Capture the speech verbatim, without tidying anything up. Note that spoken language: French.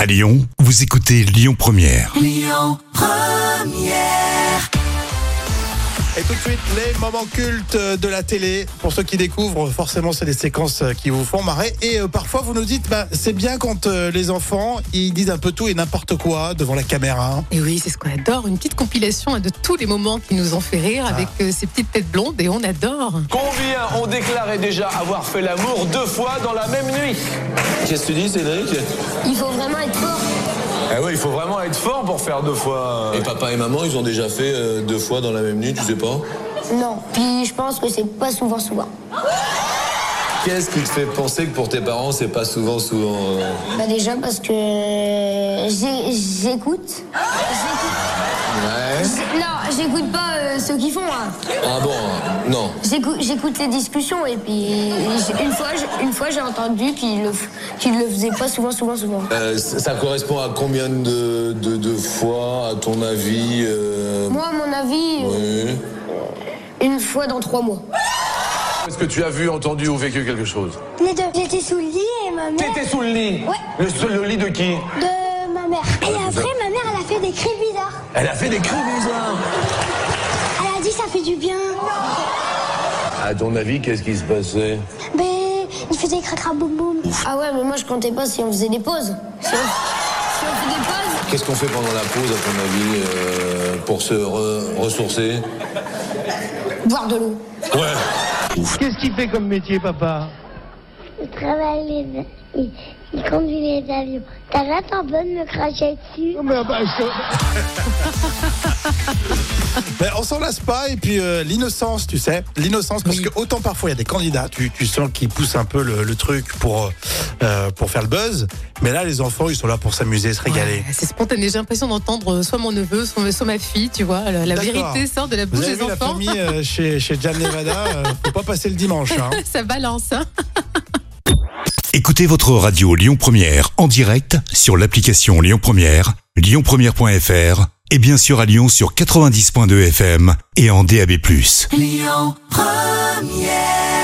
À Lyon, vous écoutez Lyon Première. Lyon Première. Et tout de suite, les moments cultes de la télé. Pour ceux qui découvrent, forcément, c'est des séquences qui vous font marrer. Et euh, parfois, vous nous dites, bah, c'est bien quand euh, les enfants, ils disent un peu tout et n'importe quoi devant la caméra. Et oui, c'est ce qu'on adore. Une petite compilation de tous les moments qui nous ont fait rire avec euh, ces petites têtes blondes et on adore. Combien ont déclaré déjà avoir fait l'amour deux fois dans la même nuit? Qu'est-ce que tu dis, Cédric? Il faut vraiment être fort. Eh oui, il faut vraiment être fort pour faire deux fois. Et papa et maman, ils ont déjà fait euh, deux fois dans la même nuit, tu sais pas? Non. Puis je pense que c'est pas souvent souvent. Qu'est-ce qui te fait penser que pour tes parents, c'est pas souvent souvent euh... Bah déjà parce que j'ai- j'écoute. J'écoute. Ouais. J'ai- Non, j'écoute pas euh, ceux qui font. Hein. Ah bon? Non. J'écoute, j'écoute les discussions et puis j'ai- une fois, j'ai- une fois j'ai entendu qu'ils le, f- qu'ils le faisaient pas souvent, souvent, souvent. Euh, ça ça correspond à combien de, de, de fois, à ton avis euh... Moi, à mon avis, euh, Oui. une fois dans trois mois. Est-ce que tu as vu, entendu ou vécu quelque chose? Les deux. J'étais sous le lit et ma mère. T'étais sous le lit? Ouais. Le, le lit de qui? De ma mère. Et après, ma mère, elle a fait des cris bizarres. Elle a fait des cris bizarres. Elle a dit ça fait du bien. À ton avis, qu'est-ce qui se passait? Ben, il faisait cracra boum boum. Ah ouais, mais moi je comptais pas si on faisait des pauses. Si on, si on fait des pauses, Qu'est-ce qu'on fait pendant la pause, à ton avis, euh, pour se re- ressourcer? boire de l'eau. Ouais. Qu'est-ce qu'il fait comme métier, papa? Il travaille les... Il, il conduit les avions. T'arrêtes un peu de me cracher dessus. Mais, bah, je... Mais on s'en lasse pas. Et puis, euh, l'innocence, tu sais. L'innocence, parce Oui. que autant parfois, il y a des candidats, tu, tu sens qu'ils poussent un peu le, le truc pour, euh, pour faire le buzz. Mais là, les enfants, ils sont là pour s'amuser, se régaler. Ouais, c'est spontané. J'ai l'impression d'entendre soit mon neveu, soit, soit ma fille. Tu vois, la, la D'accord. vérité sort de la Vous bouche avez des vu la enfants. famille euh, chez, chez Jam Nevada, euh, faut pas passer le dimanche. Hein. Ça balance. Hein. Écoutez votre radio Lyon Première en direct sur l'application Lyon Première, lyon première point f r et bien sûr à Lyon sur quatre-vingt-dix point deux F M et en D A B plus. Lyon Première.